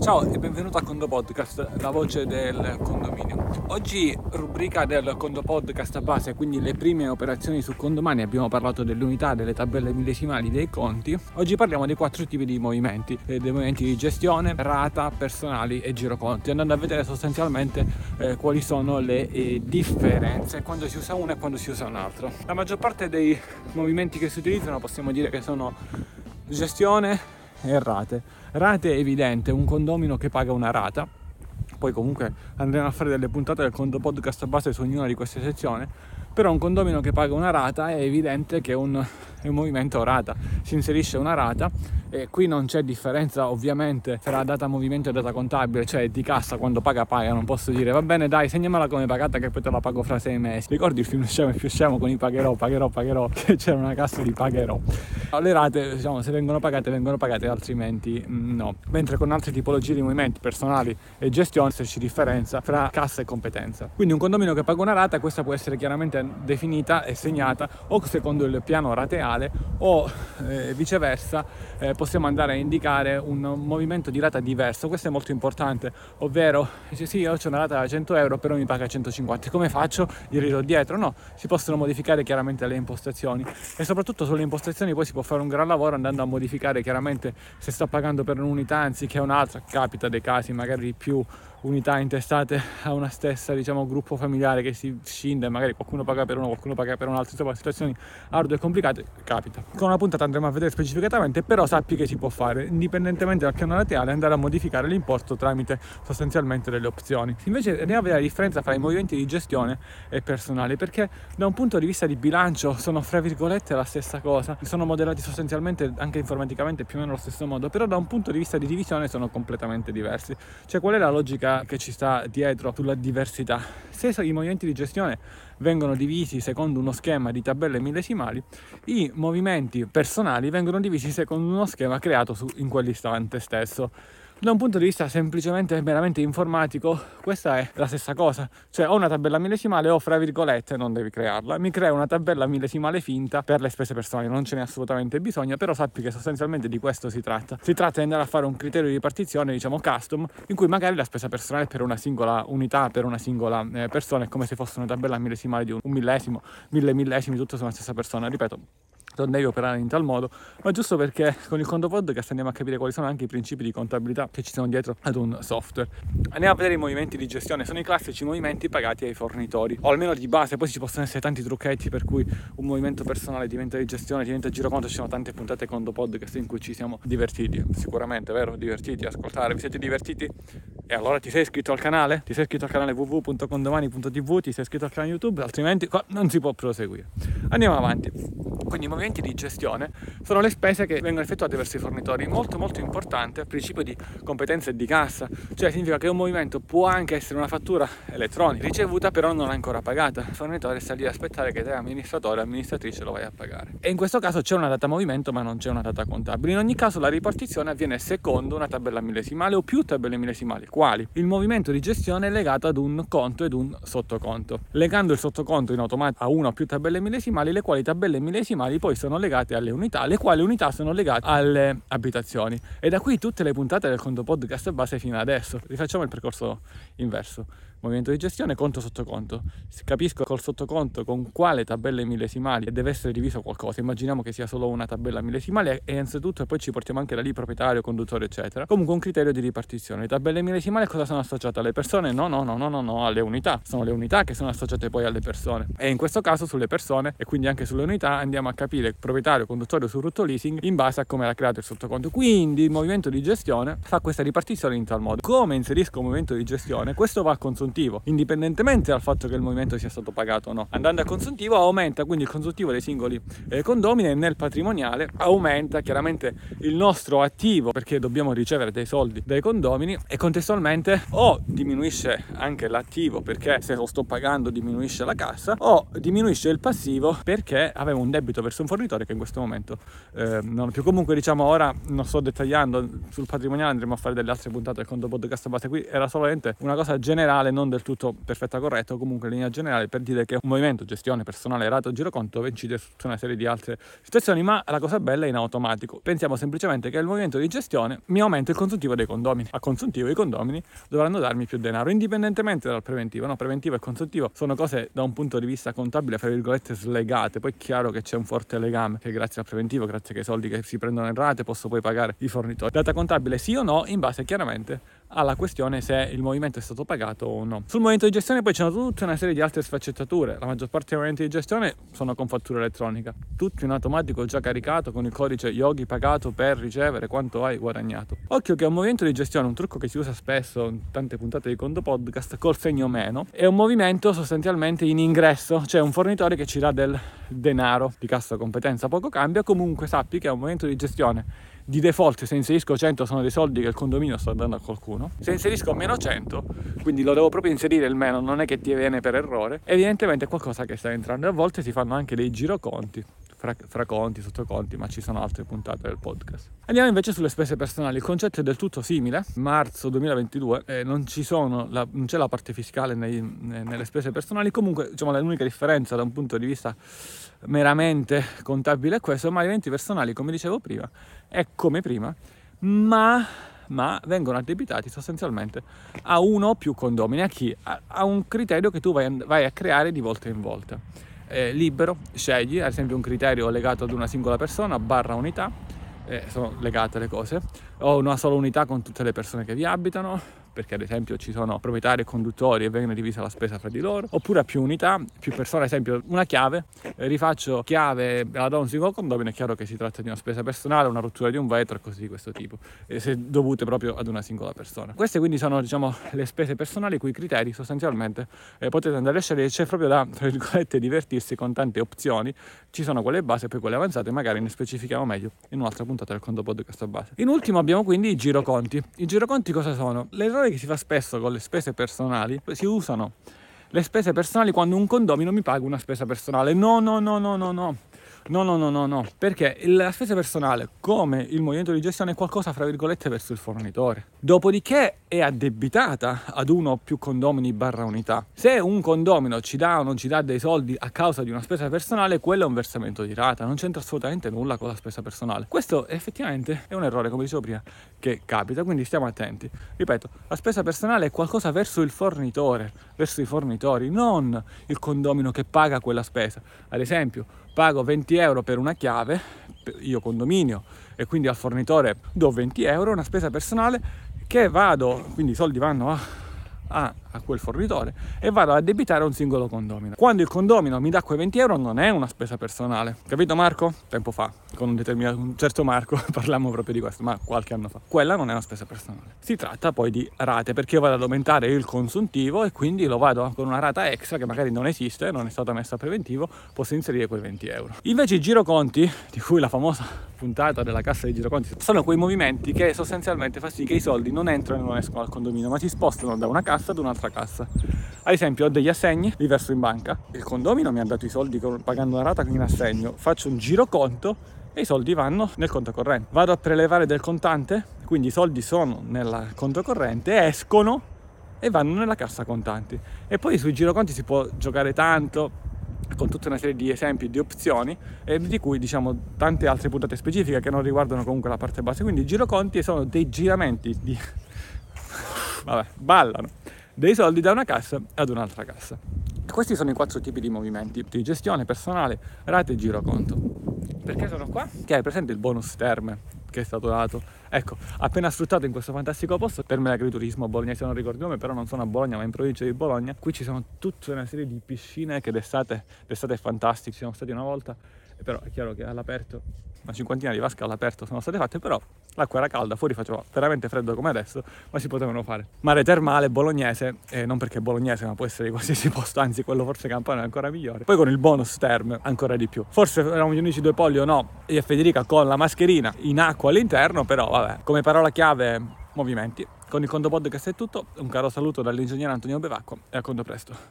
Ciao e benvenuto a Condo Podcast, la voce del condominio. Oggi rubrica del Condo Podcast a base, quindi le prime operazioni su condomani. Abbiamo parlato delle unità, delle tabelle millesimali, dei conti. Oggi parliamo dei 4 tipi di movimenti, dei movimenti di gestione, rata, personali e giroconti, andando a vedere sostanzialmente quali sono le differenze, quando si usa uno e quando si usa un altro. La maggior parte dei movimenti che si utilizzano possiamo dire che sono gestione e rate. Rate è evidente, un condomino che paga una rata. Poi comunque andremo a fare delle puntate del Condo Podcast a base su ognuna di queste sezioni. Però un condomino che paga una rata è evidente che è un movimento rata. Si inserisce una rata e qui non c'è differenza ovviamente tra data movimento e data contabile, cioè di cassa quando paga. Non posso dire va bene dai segnamela come pagata che poi te la pago fra 6 mesi. Ricordi il film Scemo e più scemo con i pagherò che c'era una cassa di pagherò. Le rate, diciamo, se vengono pagate, altrimenti no. Mentre con altre tipologie di movimenti personali e gestione c'è differenza fra cassa e competenza. Quindi un condomino che paga una rata, questa può essere chiaramente definita e segnata o secondo il piano rateale o viceversa possiamo andare a indicare un movimento di rata diverso. Questo è molto importante, ovvero dice sì, io ho una rata da 100 euro però mi paga 150, come faccio? Gli ridò dietro? No, si possono modificare chiaramente le impostazioni e soprattutto sulle impostazioni poi si può fare un gran lavoro andando a modificare chiaramente se sta pagando per un'unità anziché un'altra. Capita dei casi magari di più unità intestate a una stessa, diciamo, gruppo familiare che si scinde, magari qualcuno paga per uno, qualcuno paga per un altro, insomma situazioni ardue e complicate, capita. Con una puntata andremo a vedere specificatamente, però sappi che si può fare indipendentemente dal piano rateale, andare a modificare l'importo tramite sostanzialmente delle opzioni. Invece andiamo a vedere la differenza fra i movimenti di gestione e personali, perché da un punto di vista di bilancio sono fra virgolette la stessa cosa, sono modellati sostanzialmente anche informaticamente più o meno allo stesso modo, però da un punto di vista di divisione sono completamente diversi. Cioè qual è la logica che ci sta dietro sulla diversità? Se i movimenti di gestione vengono divisi secondo uno schema di tabelle millesimali, i movimenti personali vengono divisi secondo uno schema creato in quell'istante stesso. Da un punto di vista semplicemente meramente informatico, questa è la stessa cosa, cioè ho una tabella millesimale o fra virgolette, non devi crearla, mi crea una tabella millesimale finta per le spese personali, non ce n'è assolutamente bisogno, però sappi che sostanzialmente di questo si tratta di andare a fare un criterio di ripartizione, diciamo custom, in cui magari la spesa personale per una singola unità, per una singola persona è come se fosse una tabella millesimale di un millesimo, 1000 millesimi, tutto su una stessa persona, ripeto. Non devi operare in tal modo, ma giusto perché con il Condo Podcast andiamo a capire quali sono anche i principi di contabilità che ci sono dietro ad un software. Andiamo a vedere i movimenti di gestione, sono i classici movimenti pagati ai fornitori, o almeno di base, poi ci possono essere tanti trucchetti per cui un movimento personale diventa di gestione, diventa giroconto. Ci sono tante puntate Condo Podcast in cui ci siamo divertiti, sicuramente, vero? Divertiti, ascoltare, vi siete divertiti? E allora ti sei iscritto al canale? Ti sei iscritto al canale www.condomani.tv, ti sei iscritto al canale YouTube, altrimenti qua non si può proseguire. Andiamo avanti. Quindi i movimenti di gestione sono le spese che vengono effettuate verso i fornitori. Molto molto importante il principio di competenza e di cassa, cioè significa che un movimento può anche essere una fattura elettronica ricevuta però non ancora pagata. Il fornitore sta lì ad aspettare che te amministratore o amministratrice lo vai a pagare, e in questo caso c'è una data movimento ma non c'è una data contabile. In ogni caso la ripartizione avviene secondo una tabella millesimale o più tabelle millesimali. Quali? Il movimento di gestione è legato ad un conto ed un sottoconto, legando il sottoconto in automatico a una o più tabelle millesimali, le quali tabelle millesimali poi sono legate alle unità, le quali unità sono legate alle abitazioni. E da qui tutte le puntate del Condo Podcast base fino adesso. Rifacciamo il percorso inverso. Movimento di gestione, conto sottoconto. Capisco col sottoconto con quale tabelle millesimali deve essere diviso qualcosa. Immaginiamo che sia solo una tabella millesimale e innanzitutto poi ci portiamo anche da lì proprietario, conduttore eccetera. Comunque un criterio di ripartizione. Le tabelle millesimali cosa sono associate alle persone? No, alle unità. Sono le unità che sono associate poi alle persone. E in questo caso sulle persone e quindi anche sulle unità andiamo a capire proprietario, conduttore o surrotto leasing in base a come era creato il sottoconto. Quindi il movimento di gestione fa questa ripartizione in tal modo. Come inserisco un movimento di gestione? Questo va a consuntivo, indipendentemente dal fatto che il movimento sia stato pagato o no. Andando a consuntivo aumenta quindi il consuntivo dei singoli condomini, e nel patrimoniale aumenta chiaramente il nostro attivo perché dobbiamo ricevere dei soldi dai condomini, e contestualmente contestualmente o diminuisce anche l'attivo, perché se lo sto pagando diminuisce la cassa, o diminuisce il passivo perché avevo un debito verso un fornitore che in questo momento non ho più. Comunque diciamo, ora non sto dettagliando sul patrimoniale, andremo a fare delle altre puntate del conto podcast base. Qui era solamente una cosa generale, non del tutto perfetta, corretta, o comunque in linea generale, per dire che è un movimento gestione personale rata giroconto dove incide su tutta una serie di altre situazioni, ma la cosa bella è in automatico. Pensiamo semplicemente che il movimento di gestione mi aumenta il consuntivo dei condomini. A consuntivo i condomini dovranno darmi più denaro, indipendentemente dal preventivo. No, preventivo e consuntivo sono cose da un punto di vista contabile, fra virgolette, slegate. Poi è chiaro che c'è un forte legame, che grazie al preventivo, grazie ai soldi che si prendono in rate, posso poi pagare i fornitori. Data contabile sì o no, in base chiaramente alla questione se il movimento è stato pagato o no. Sul movimento di gestione poi c'è tutta una serie di altre sfaccettature. La maggior parte dei movimenti di gestione sono con fattura elettronica, tutto in automatico, già caricato con il codice Yogi pagato per ricevere quanto hai guadagnato. Occhio che un movimento di gestione, un trucco che si usa spesso in tante puntate di Conto Podcast, col segno meno, è un movimento sostanzialmente in ingresso, cioè un fornitore che ci dà del denaro di cassa competenza, poco cambia. Comunque sappi che è un movimento di gestione. Di default, se inserisco 100 sono dei soldi che il condominio sta dando a qualcuno. Se inserisco meno 100, quindi lo devo proprio inserire il meno, non è che ti viene per errore, evidentemente è qualcosa che sta entrando. A volte si fanno anche dei giroconti, fra conti, sottoconti, ma ci sono altre puntate del podcast. Andiamo invece sulle spese personali. Il concetto è del tutto simile. Marzo 2022 non c'è la parte fiscale nelle spese personali. Comunque, diciamo, l'unica differenza da un punto di vista meramente contabile è questo: ma gli eventi personali, come dicevo prima, è come prima, ma vengono addebitati sostanzialmente a uno o più condomini. A chi? A un criterio che tu vai a creare di volta in volta. Libero, scegli ad esempio un criterio legato ad una singola persona / unità, sono legate le cose, o una sola unità con tutte le persone che vi abitano, perché ad esempio ci sono proprietari e conduttori e viene divisa la spesa fra di loro, oppure a più unità, più persone. Ad esempio una chiave, rifaccio chiave, la do a un singolo condomino, è chiaro che si tratta di una spesa personale, una rottura di un vetro e cose di questo tipo, se dovute proprio ad una singola persona. Queste quindi sono, diciamo, le spese personali, cui criteri sostanzialmente potete andare a scegliere. C'è proprio da, tra virgolette, divertirsi con tante opzioni. Ci sono quelle base e poi quelle avanzate, magari ne specifichiamo meglio in un'altra puntata del Conto Podcast base. In ultimo abbiamo quindi i giroconti. I giroconti cosa sono? L'errore che si fa spesso con le spese personali: si usano le spese personali quando un condomino mi paga una spesa personale. No, perché la spesa personale, come il movimento di gestione, è qualcosa fra virgolette verso il fornitore, dopodiché è addebitata ad uno o più condomini / unità. Se un condomino ci dà o non ci dà dei soldi a causa di una spesa personale, quello è un versamento di rata, non c'entra assolutamente nulla con la spesa personale. Questo effettivamente è un errore, come dicevo prima, che capita, quindi stiamo attenti. Ripeto, la spesa personale è qualcosa verso il fornitore, verso i fornitori, non il condomino che paga quella spesa. Ad esempio, pago 20 euro per una chiave, io condominio, e quindi al fornitore do 20 euro, una spesa personale che vado, quindi i soldi vanno a quel fornitore e vado a addebitare a un singolo condomino. Quando il condomino mi dà quei 20 euro non è una spesa personale, capito Marco? Tempo fa, con un certo Marco parlammo proprio di questo, ma qualche anno fa. Quella non è una spesa personale. Si tratta poi di rate, perché io vado ad aumentare il consuntivo e quindi lo vado con una rata extra che magari non esiste, non è stata messa a preventivo, posso inserire quei 20 euro. Invece i giroconti, di cui la famosa puntata della cassa dei giroconti, sono quei movimenti che sostanzialmente fa sì che i soldi non entrano e non escono dal condominio, ma si spostano da una cassa ad un'altra cassa. Ad esempio ho degli assegni, li verso in banca, il condomino mi ha dato i soldi pagando una rata in assegno, faccio un giroconto e i soldi vanno nel conto corrente. Vado a prelevare del contante, quindi i soldi sono nel conto corrente, escono e vanno nella cassa contanti. E poi sui giroconti si può giocare tanto, con tutta una serie di esempi, di opzioni, di cui diciamo tante altre puntate specifiche che non riguardano comunque la parte base. Quindi i giroconti sono dei giramenti di ballano dei soldi da una cassa ad un'altra cassa. Questi sono i 4 tipi di movimenti: di gestione personale, rate e giroconto. Perché sono qua? Che hai presente il bonus terme che è stato dato? Ecco, appena sfruttato in questo fantastico posto, Terme Agriturismo Bolognese, non ricordo il nome, però non sono a Bologna ma in provincia di Bologna. Qui ci sono tutta una serie di piscine che d'estate è fantastico. Siamo stati una volta, però è chiaro che all'aperto, una cinquantina di vasche all'aperto sono state fatte, però l'acqua era calda, fuori faceva veramente freddo come adesso, ma si potevano fare. Mare termale bolognese, non perché bolognese, ma può essere di qualsiasi posto, anzi quello forse Campano è ancora migliore. Poi con il bonus term ancora di più. Forse eravamo gli unici 2 polli o no, io e Federica con la mascherina in acqua all'interno, però vabbè, come parola chiave movimenti. Con il Conto Podcast è tutto, un caro saluto dall'ingegnere Antonio Bevacqua e a conto presto.